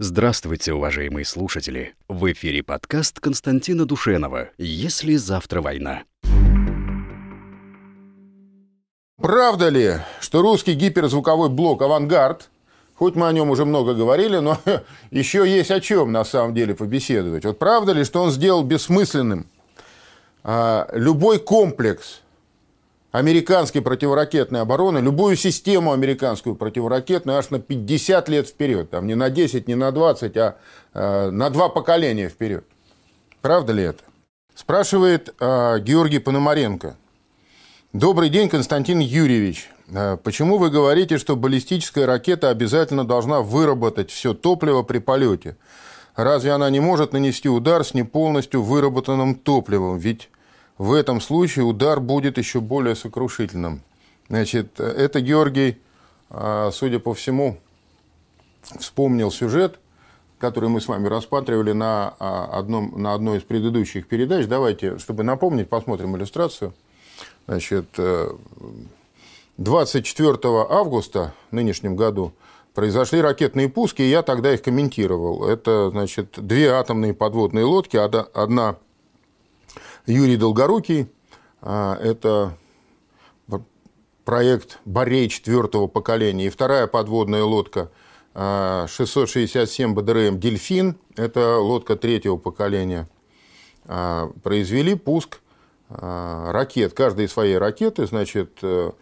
Здравствуйте, уважаемые слушатели! В эфире подкаст Константина Душенова «Если завтра война». Правда ли, что русский гиперзвуковой блок «Авангард», хоть мы о нем уже много говорили, но еще есть о чем на самом деле побеседовать. Вот правда ли, что он сделал бессмысленным любой комплекс американской противоракетной обороны, любую систему американскую противоракетную аж на 50 лет вперед. Там не на 10, не на 20, а на 2 поколения вперед. Правда ли это? Спрашивает Георгий Пономаренко. Добрый день, Константин Юрьевич. Почему вы говорите, что баллистическая ракета обязательно должна выработать все топливо при полете? Разве она не может нанести удар с не полностью выработанным топливом? Ведь в этом случае удар будет еще более сокрушительным. Значит, это Георгий, судя по всему, вспомнил сюжет, который мы с вами рассматривали на одной из предыдущих передач. Давайте, чтобы напомнить, посмотрим иллюстрацию. Значит, 24 августа в нынешнем году произошли ракетные пуски, и я тогда их комментировал. Это, значит, 2 атомные подводные лодки, одна Юрий Долгорукий, это проект Борей 4-го поколения, и вторая подводная лодка 667 БДРМ «Дельфин», это лодка 3-го поколения, произвели пуск ракет, каждой своей ракеты. Значит,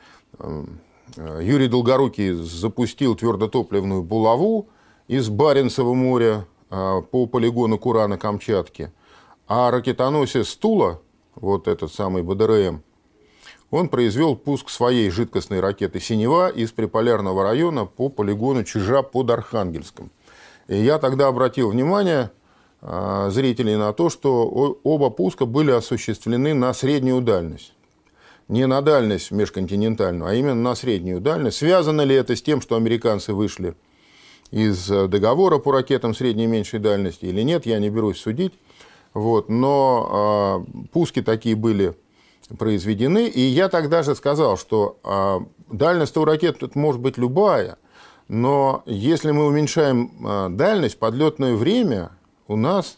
Юрий Долгорукий запустил твердотопливную булаву из Баренцева моря по полигону Кура на Камчатке. А ракетоносец Тула, вот этот самый БДРМ, он произвел пуск своей жидкостной ракеты «Синева» из приполярного района по полигону Чижа под Архангельском. И я тогда обратил внимание зрителей на то, что оба пуска были осуществлены на среднюю дальность. Не на дальность межконтинентальную, а именно на среднюю дальность. Связано ли это с тем, что американцы вышли из договора по ракетам средней и меньшей дальности или нет, я не берусь судить. Вот, но пуски такие были произведены, и я тогда же сказал, что дальность у ракет может быть любая, но если мы уменьшаем дальность, подлетное время у нас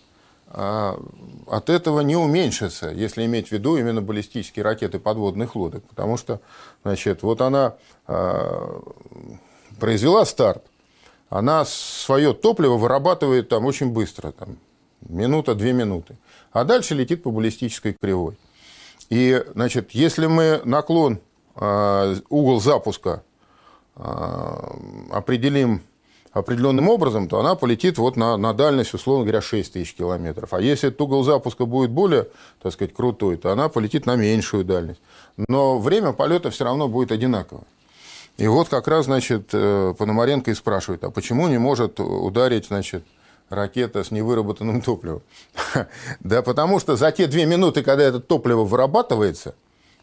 от этого не уменьшится, если иметь в виду именно баллистические ракеты подводных лодок, потому что, значит, вот она произвела старт, она свое топливо вырабатывает там очень быстро, там, минута-2 минуты. А дальше летит по баллистической кривой. И, значит, если мы наклон, угол запуска определим определенным образом, то она полетит вот на дальность, условно говоря, 6000 километров. А если этот угол запуска будет более, так сказать, крутой, то она полетит на меньшую дальность. Но время полета все равно будет одинаково. И вот как раз, значит, Пономаренко и спрашивает, а почему не может ударить, значит, ракета с невыработанным топливом? Да потому что за те 2 минуты, когда это топливо вырабатывается,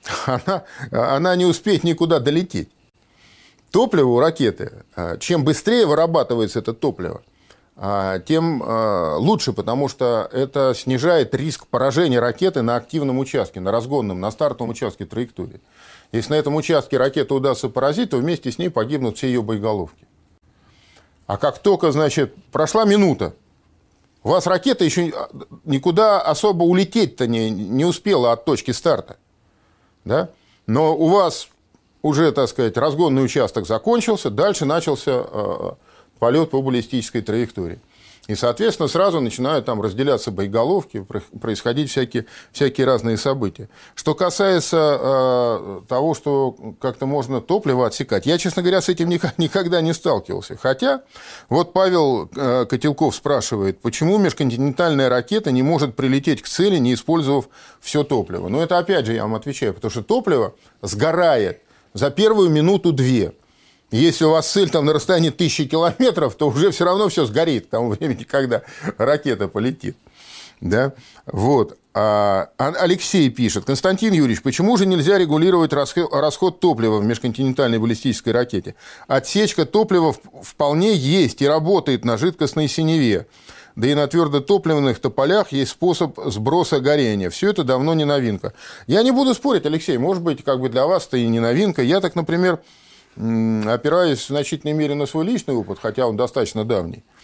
она не успеет никуда долететь. Топливо у ракеты, чем быстрее вырабатывается это топливо, тем лучше, потому что это снижает риск поражения ракеты на активном участке, на разгонном, на стартовом участке траектории. Если на этом участке ракету удастся поразить, то вместе с ней погибнут все ее боеголовки. А как только, значит, прошла минута, у вас ракета еще никуда особо улететь-то не успела от точки старта. Да? Но у вас уже, так сказать, разгонный участок закончился, дальше начался полет по баллистической траектории. И, соответственно, сразу начинают там разделяться боеголовки, происходить всякие разные события. Что касается того, что как-то можно топливо отсекать, я, честно говоря, с этим никогда не сталкивался. Хотя, вот Павел Котелков спрашивает, почему межконтинентальная ракета не может прилететь к цели, не использовав все топливо. Но это, опять же, я вам отвечаю, потому что топливо сгорает за первую минуту-2. Если у вас цель там на расстоянии 1000 километров, то уже все равно все сгорит к тому времени, когда ракета полетит. Да? Вот. Алексей пишет. Константин Юрьевич, почему же нельзя регулировать расход топлива в межконтинентальной баллистической ракете? Отсечка топлива вполне есть и работает на жидкостной синеве. Да и на твердотопливных тополях есть способ сброса горения. Все это давно не новинка. Я не буду спорить, Алексей, может быть, как бы для вас это и не новинка. Я так, например, опираясь в значительной мере на свой личный опыт, хотя он достаточно давний,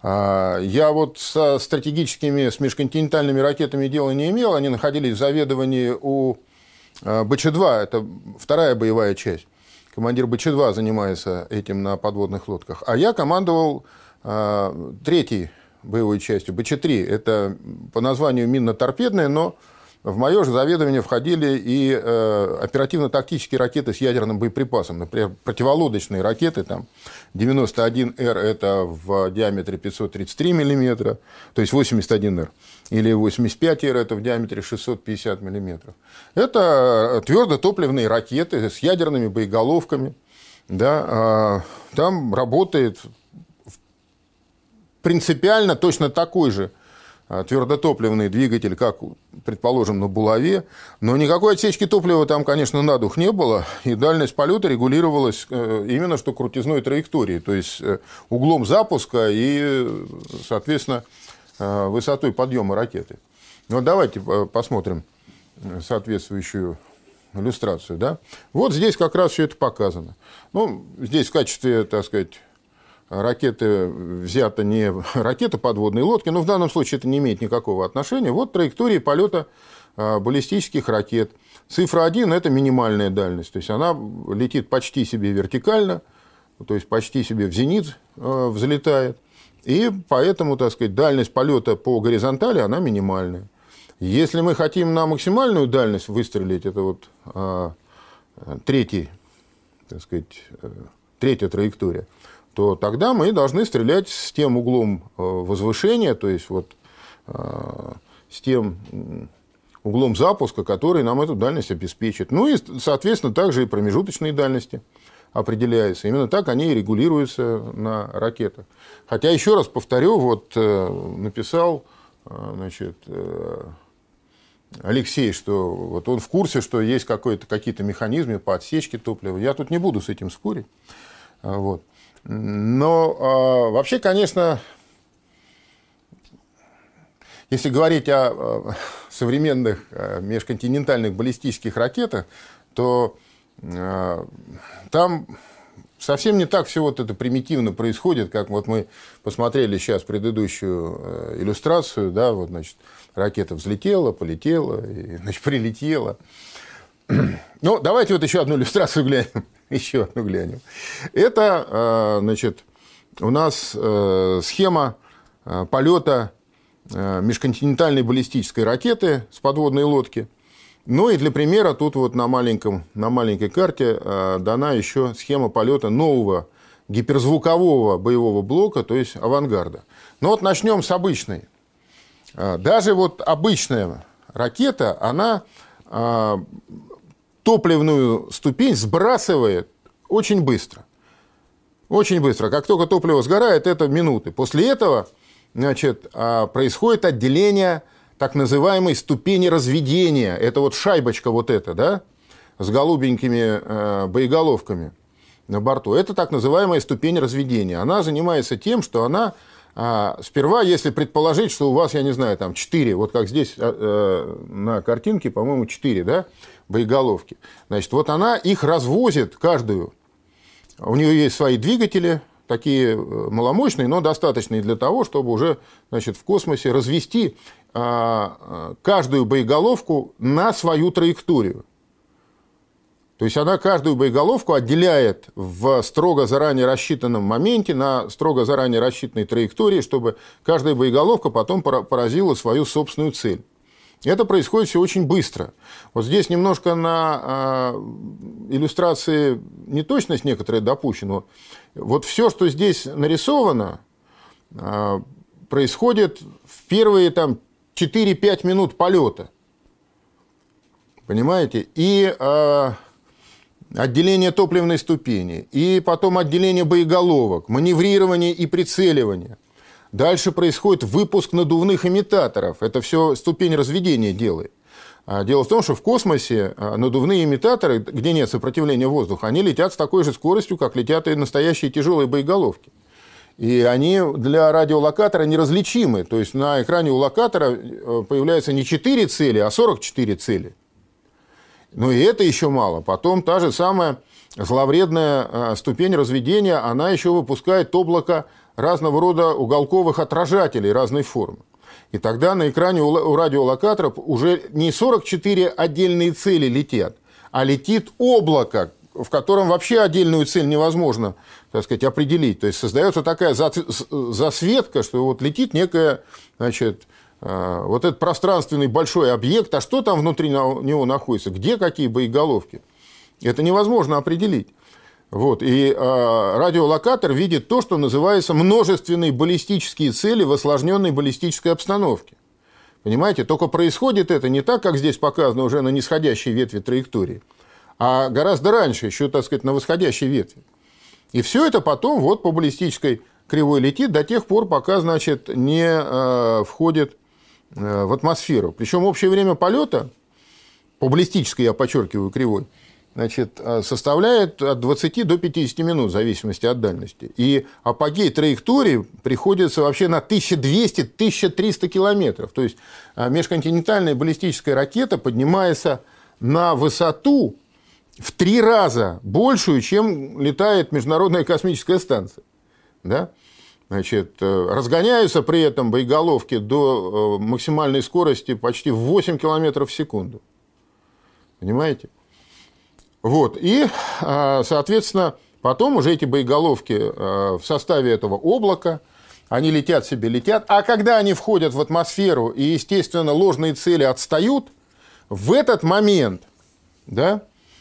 Я вот со стратегическими, с межконтинентальными ракетами дела не имел. Они находились в заведовании у БЧ-2, это вторая боевая часть. Командир БЧ-2 занимается этим на подводных лодках. А я командовал третьей боевой частью, БЧ-3. Это по названию минно-торпедная, но в мое же заведование входили и оперативно-тактические ракеты с ядерным боеприпасом. Например, противолодочные ракеты, там 91Р, это в диаметре 533 миллиметра, то есть 81Р. Или 85Р, это в диаметре 650 миллиметров. Это твердотопливные ракеты с ядерными боеголовками. Да, там работает принципиально точно такой же твердотопливный двигатель, как, предположим, на булаве, но никакой отсечки топлива там, конечно, на дух не было, и дальность полета регулировалась именно что крутизной траектории, то есть углом запуска и, соответственно, высотой подъема ракеты. Вот давайте посмотрим соответствующую иллюстрацию. Да? Вот здесь как раз все это показано. Ну, здесь в качестве, так сказать, ракеты взята не ракета подводной лодки, но в данном случае это не имеет никакого отношения. Вот траектории полета баллистических ракет. Цифра 1 – это минимальная дальность, то есть она летит почти себе вертикально, то есть почти себе в зенит взлетает, и поэтому, так сказать, дальность полета по горизонтали она минимальная. Если мы хотим на максимальную дальность выстрелить, это вот третья траектория, то тогда мы должны стрелять с тем углом возвышения, то есть вот с тем углом запуска, который нам эту дальность обеспечит. Ну и, соответственно, также и промежуточные дальности определяются. Именно так они и регулируются на ракетах. Хотя, еще раз повторю, вот написал, значит, Алексей, что вот он в курсе, что есть какие-то механизмы по отсечке топлива. Я тут не буду с этим спорить. Вот. Но вообще, конечно, если говорить о современных межконтинентальных баллистических ракетах, то там совсем не так все вот это примитивно происходит, как вот мы посмотрели сейчас предыдущую иллюстрацию, да, вот, значит, ракета взлетела, полетела, и, значит, прилетела. Ну, давайте вот еще одну иллюстрацию глянем. Еще одну глянем. Это, значит, у нас схема полета межконтинентальной баллистической ракеты с подводной лодки. Ну и для примера тут вот на маленькой карте дана еще схема полета нового гиперзвукового боевого блока, то есть авангарда. Ну вот начнем с обычной. Даже вот обычная ракета, она топливную ступень сбрасывает очень быстро. Очень быстро. Как только топливо сгорает, это минуты. После этого, значит, происходит отделение так называемой ступени разведения. Это вот шайбочка вот эта, да, с голубенькими боеголовками на борту. Это так называемая ступень разведения. Она занимается тем, что она сперва, если предположить, что у вас, я не знаю, там 4, вот как здесь на картинке, по-моему, 4, да, боеголовки. Значит, вот она их развозит каждую. У нее есть свои двигатели, такие маломощные, но достаточные для того, чтобы уже, значит, в космосе развести каждую боеголовку на свою траекторию. То есть она каждую боеголовку отделяет в строго заранее рассчитанном моменте, на строго заранее рассчитанной траектории, чтобы каждая боеголовка потом поразила свою собственную цель. Это происходит все очень быстро. Вот здесь немножко на иллюстрации неточность некоторая допущена. Вот все, что здесь нарисовано, происходит в первые там 4-5 минут полета. Понимаете? И отделение топливной ступени, и потом отделение боеголовок, маневрирование и прицеливание. Дальше происходит выпуск надувных имитаторов. Это все ступень разведения делает. Дело в том, что в космосе надувные имитаторы, где нет сопротивления воздуха, они летят с такой же скоростью, как летят и настоящие тяжелые боеголовки. И они для радиолокатора неразличимы. То есть на экране у локатора появляются не 4 цели, а 44 цели. Но и это еще мало. Потом та же самая зловредная ступень разведения, она еще выпускает облако разного рода уголковых отражателей разной формы. И тогда на экране у радиолокатора уже не 44 отдельные цели летят, а летит облако, в котором вообще отдельную цель невозможно, так сказать, определить. То есть создается такая засветка, что вот летит некая, значит, вот этот пространственный большой объект, а что там внутри него находится, где какие боеголовки, это невозможно определить. Вот. И радиолокатор видит то, что называется множественные баллистические цели в осложненной баллистической обстановке. Понимаете, только происходит это не так, как здесь показано уже на нисходящей ветви траектории, а гораздо раньше, еще, так сказать, на восходящей ветви. И все это потом вот по баллистической кривой летит до тех пор, пока, значит, не входит в атмосферу. Причем общее время полета, по баллистической, я подчеркиваю, кривой, значит, составляет от 20 до 50 минут, в зависимости от дальности. И апогей траектории приходится вообще на 1200-1300 километров. То есть межконтинентальная баллистическая ракета поднимается на высоту в 3 раза большую, чем летает Международная космическая станция. Да? Значит, разгоняются при этом боеголовки до максимальной скорости почти в 8 километров в секунду. Понимаете? Вот. И, соответственно, потом уже эти боеголовки в составе этого облака, они летят себе, летят. А когда они входят в атмосферу и, естественно, ложные цели отстают, в этот момент, да,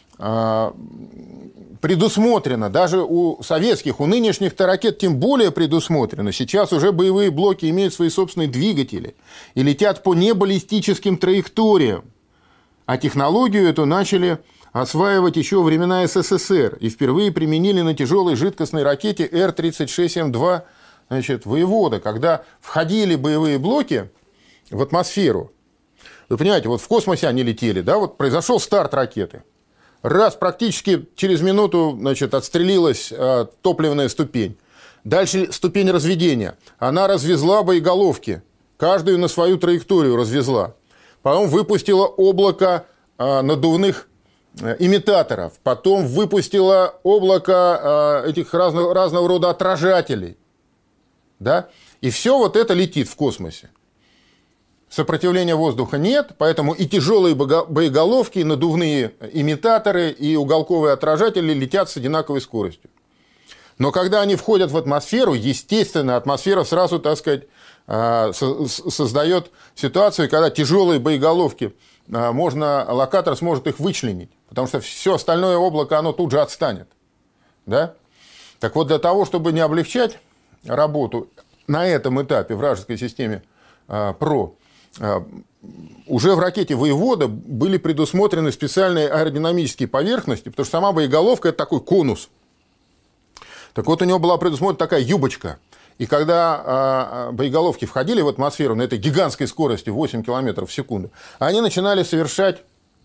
предусмотрено, даже у советских, у нынешних-то ракет тем более предусмотрено. Сейчас уже боевые блоки имеют свои собственные двигатели и летят по небаллистическим траекториям. А технологию эту начали осваивать еще во времена СССР и впервые применили на тяжелой жидкостной ракете Р-36М2, значит, «Воевода», когда входили боевые блоки в атмосферу. Вы понимаете, вот в космосе они летели, да, вот произошел старт ракеты. Раз, практически через минуту, значит, отстрелилась топливная ступень. Дальше ступень разведения. Она развезла боеголовки, каждую на свою траекторию развезла. Потом выпустила облако надувных имитаторов. Потом выпустила облако этих разного рода отражателей. Да? И все вот это летит в космосе. Сопротивления воздуха нет, поэтому и тяжелые боеголовки, и надувные имитаторы, и уголковые отражатели летят с одинаковой скоростью. Но когда они входят в атмосферу, естественно, атмосфера сразу, так сказать, создает ситуацию, когда тяжелые боеголовки, локатор сможет их вычленить, потому что все остальное облако, оно тут же отстанет. Да? Так вот, для того, чтобы не облегчать работу на этом этапе вражеской системе ПРО, уже в ракете «Воевода» были предусмотрены специальные аэродинамические поверхности, потому что сама боеголовка – это такой конус. Так вот, у него была предусмотрена такая юбочка. И когда боеголовки входили в атмосферу на этой гигантской скорости 8 км в секунду, они начинали совершать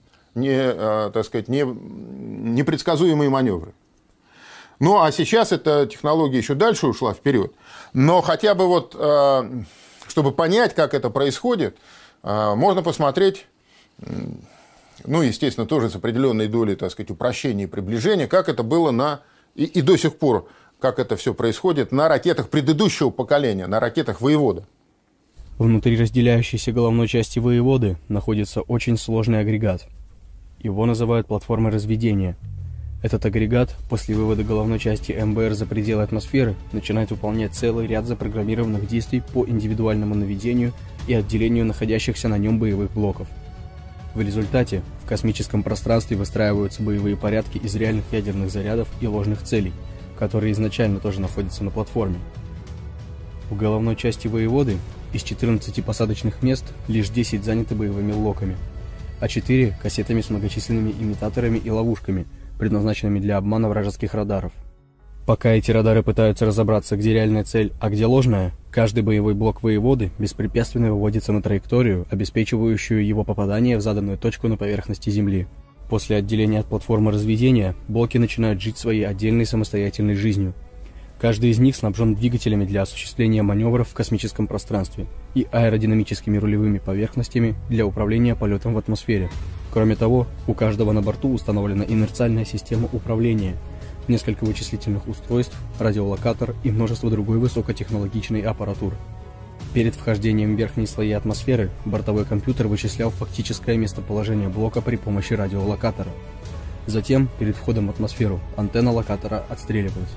непредсказуемые маневры. Ну, а сейчас эта технология еще дальше ушла вперед. Но хотя бы вот, чтобы понять, как это происходит, можно посмотреть, ну, естественно, тоже с определенной долей, так сказать, упрощения и приближения, как это было и до сих пор, как это все происходит на ракетах предыдущего поколения, на ракетах «Воевода». Внутри разделяющейся головной части «Воеводы» находится очень сложный агрегат. Его называют платформой разведения. Этот агрегат после вывода головной части МБР за пределы атмосферы начинает выполнять целый ряд запрограммированных действий по индивидуальному наведению и отделению находящихся на нем боевых блоков. В результате в космическом пространстве выстраиваются боевые порядки из реальных ядерных зарядов и ложных целей, которые изначально тоже находятся на платформе. В головной части «Воеводы» из 14 посадочных мест лишь 10 заняты боевыми блоками, а 4 – кассетами с многочисленными имитаторами и ловушками, предназначенными для обмана вражеских радаров. Пока эти радары пытаются разобраться, где реальная цель, а где ложная, каждый боевой блок «Воеводы» беспрепятственно выводится на траекторию, обеспечивающую его попадание в заданную точку на поверхности Земли. После отделения от платформы разведения, блоки начинают жить своей отдельной самостоятельной жизнью. Каждый из них снабжен двигателями для осуществления маневров в космическом пространстве и аэродинамическими рулевыми поверхностями для управления полетом в атмосфере. Кроме того, у каждого на борту установлена инерциальная система управления, несколько вычислительных устройств, радиолокатор и множество другой высокотехнологичной аппаратуры. Перед вхождением в верхние слои атмосферы бортовой компьютер вычислял фактическое местоположение блока при помощи радиолокатора. Затем, перед входом в атмосферу, антенна локатора отстреливалась.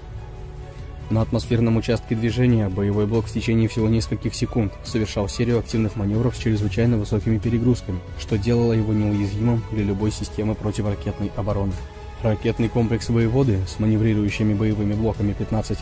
На атмосферном участке движения боевой блок в течение всего нескольких секунд совершал серию активных маневров с чрезвычайно высокими перегрузками, что делало его неуязвимым для любой системы противоракетной обороны. Ракетный комплекс «Воеводы» с маневрирующими боевыми блоками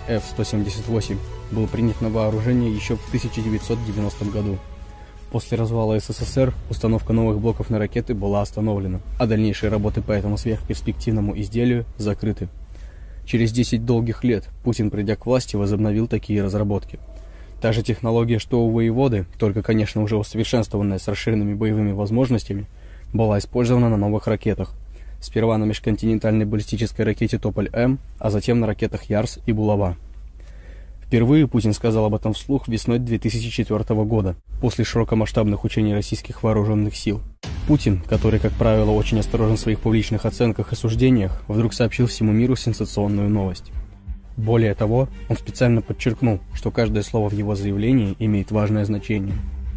15F-178 был принят на вооружение еще в 1990 году. После развала СССР установка новых блоков на ракеты была остановлена, а дальнейшие работы по этому сверхперспективному изделию закрыты. Через 10 долгих лет Путин, придя к власти, возобновил такие разработки. Та же технология, что у «Воеводы», только, конечно, уже усовершенствованная с расширенными боевыми возможностями, была использована на новых ракетах. Сперва на межконтинентальной баллистической ракете «Тополь-М», а затем на ракетах «Ярс» и «Булава». Впервые Путин сказал об этом вслух весной 2004 года, после широкомасштабных учений российских вооруженных сил. Путин, который, как правило, очень осторожен в своих публичных оценках и суждениях, вдруг сообщил всему миру сенсационную новость. Более того, он специально подчеркнул, что каждое слово в его заявлении имеет важное значение.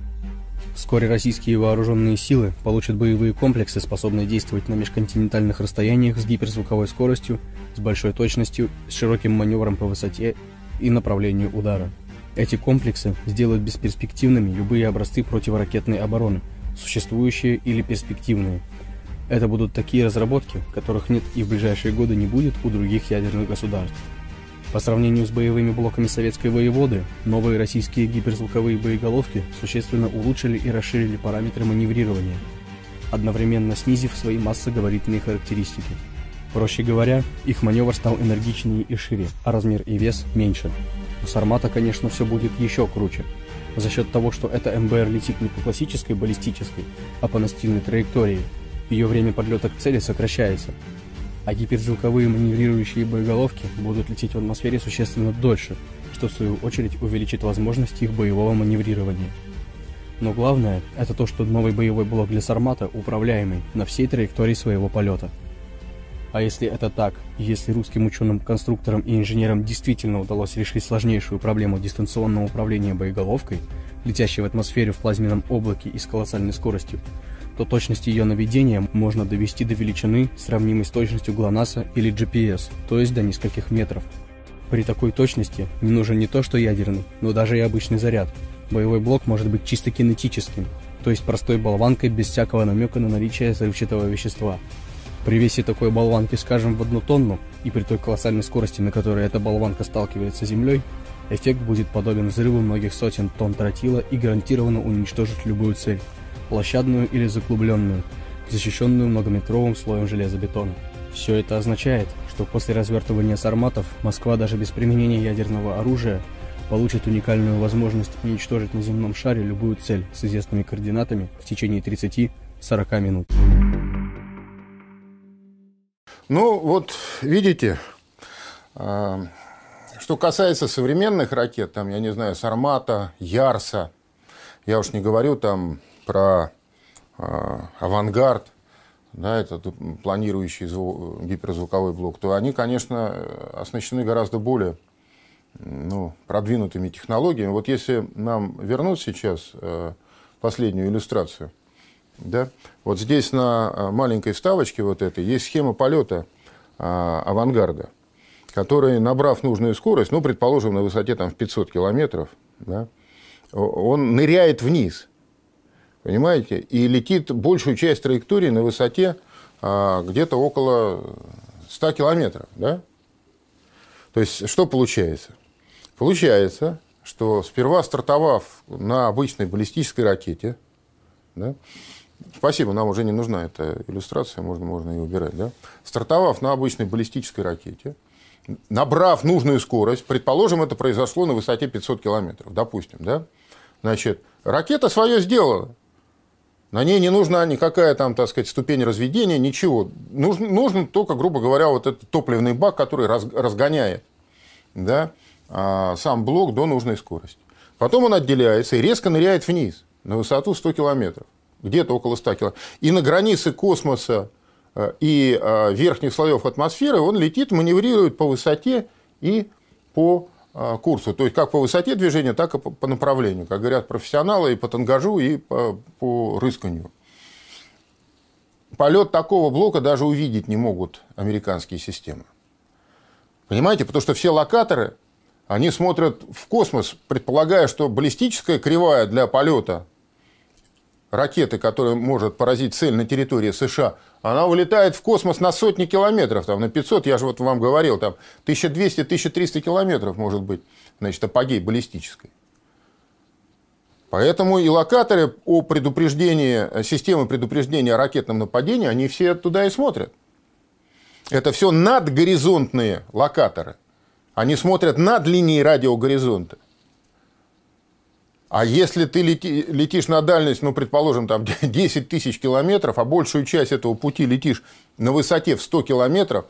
Вскоре российские вооруженные силы получат боевые комплексы, способные действовать на межконтинентальных расстояниях с гиперзвуковой скоростью, с большой точностью, с широким маневром по высоте и направлению удара. Эти комплексы сделают бесперспективными любые образцы противоракетной обороны, существующие или перспективные. Это будут такие разработки, которых нет и в ближайшие годы не будет у других ядерных государств. По сравнению с боевыми блоками советской «Воеводы», новые российские гиперзвуковые боеголовки существенно улучшили и расширили параметры маневрирования, одновременно снизив свои массогабаритные характеристики. Проще говоря, их маневр стал энергичнее и шире, а размер и вес меньше. У «Сармата», конечно, все будет еще круче. За счет того, что эта МБР летит не по классической баллистической, а по настильной траектории, ее время подлета к цели сокращается. А гиперзвуковые маневрирующие боеголовки будут лететь в атмосфере существенно дольше, что в свою очередь увеличит возможности их боевого маневрирования. Но главное – это то, что новый боевой блок для «Сармата» управляемый на всей траектории своего полета. А если это так, и если русским ученым-конструкторам и инженерам действительно удалось решить сложнейшую проблему дистанционного управления боеголовкой, летящей в атмосфере в плазменном облаке и с колоссальной скоростью, то точность ее наведения можно довести до величины, сравнимой с точностью ГЛОНАССа или GPS, то есть до нескольких метров. При такой точности не нужен не то что ядерный, но даже и обычный заряд. Боевой блок может быть чисто кинетическим, то есть простой болванкой без всякого намека на наличие взрывчатого вещества. При весе такой болванки, скажем, в 1 тонну, и при той колоссальной скорости, на которой эта болванка сталкивается с землей, эффект будет подобен взрыву многих сотен тонн тротила и гарантированно уничтожит любую цель, площадную или заглубленную, защищенную многометровым слоем железобетона. Все это означает, что после развертывания «Сарматов» Москва даже без применения ядерного оружия получит уникальную возможность уничтожить на земном шаре любую цель с известными координатами в течение 30-40 минут. Ну, вот видите, что касается современных ракет, там, я не знаю, «Сармата», «Ярса», я уж не говорю там про «Авангард», да, этот планирующий гиперзвуковой блок, то они, конечно, оснащены гораздо более продвинутыми технологиями. Вот если нам вернуть сейчас последнюю иллюстрацию, да, вот здесь на маленькой вставочке вот этой есть схема полета «Авангарда», который, набрав нужную скорость, предположим, на высоте там, в 500 километров, да, он ныряет вниз, понимаете, и летит большую часть траектории на высоте где-то около 100 километров. Да? То есть, что получается? Получается, что сперва стартовав на обычной баллистической ракете, да, спасибо, нам уже не нужна эта иллюстрация, можно ее убирать, да, стартовав на обычной баллистической ракете, набрав нужную скорость, предположим, это произошло на высоте 500 километров, допустим, да, значит, ракета свое сделала. На ней не нужна никакая там, так сказать, ступень разведения, ничего. Нужен только, грубо говоря, вот этот топливный бак, который разгоняет, да, сам блок до нужной скорости. Потом он отделяется и резко ныряет вниз на высоту 100 километров, где-то около 100 километров. И на границе космоса и верхних слоев атмосферы, он летит, маневрирует по высоте и по курсу. То есть как по высоте движения, так и по направлению. Как говорят профессионалы, и по тангажу, и по рысканию. Полет такого блока даже увидеть не могут американские системы. Понимаете? Потому что все локаторы, они смотрят в космос, предполагая, что баллистическая кривая для полета ракеты, которая может поразить цель на территории США, она улетает в космос на сотни километров, там, на 500, я же вот вам говорил, там 1200-1300 километров может быть, значит, апогей баллистической. Поэтому и локаторы о предупреждении, системы предупреждения о ракетном нападении, они все туда и смотрят. Это все надгоризонтные локаторы. Они смотрят над линией радиогоризонта. А если ты летишь на дальность, ну, предположим, там 10 тысяч километров, а большую часть этого пути летишь на высоте в 100 километров,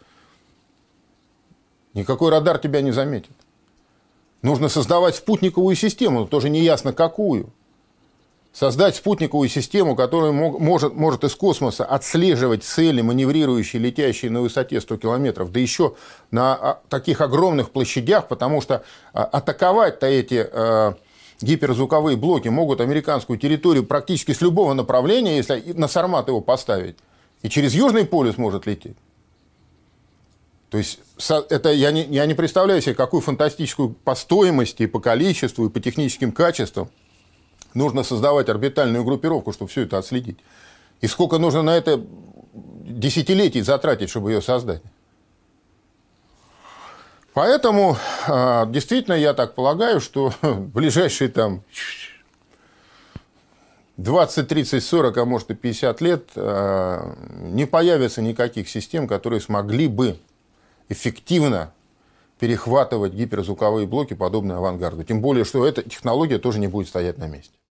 никакой радар тебя не заметит. Нужно создавать спутниковую систему, но тоже не ясно какую. Создать спутниковую систему, которая может из космоса отслеживать цели, маневрирующие, летящие на высоте 100 километров, да еще на таких огромных площадях, потому что атаковать-то эти гиперзвуковые блоки могут американскую территорию практически с любого направления, если на Сармат его поставить, и через Южный полюс может лететь. То есть это я не представляю себе, какую фантастическую по стоимости, и по количеству, и по техническим качествам нужно создавать орбитальную группировку, чтобы все это отследить. И сколько нужно на это десятилетий затратить, чтобы ее создать. Поэтому, действительно, я так полагаю, что в ближайшие там 20, 30, 40, а может и 50 лет не появится никаких систем, которые смогли бы эффективно перехватывать гиперзвуковые блоки, подобные авангарду. Тем более, что эта технология тоже не будет стоять на месте.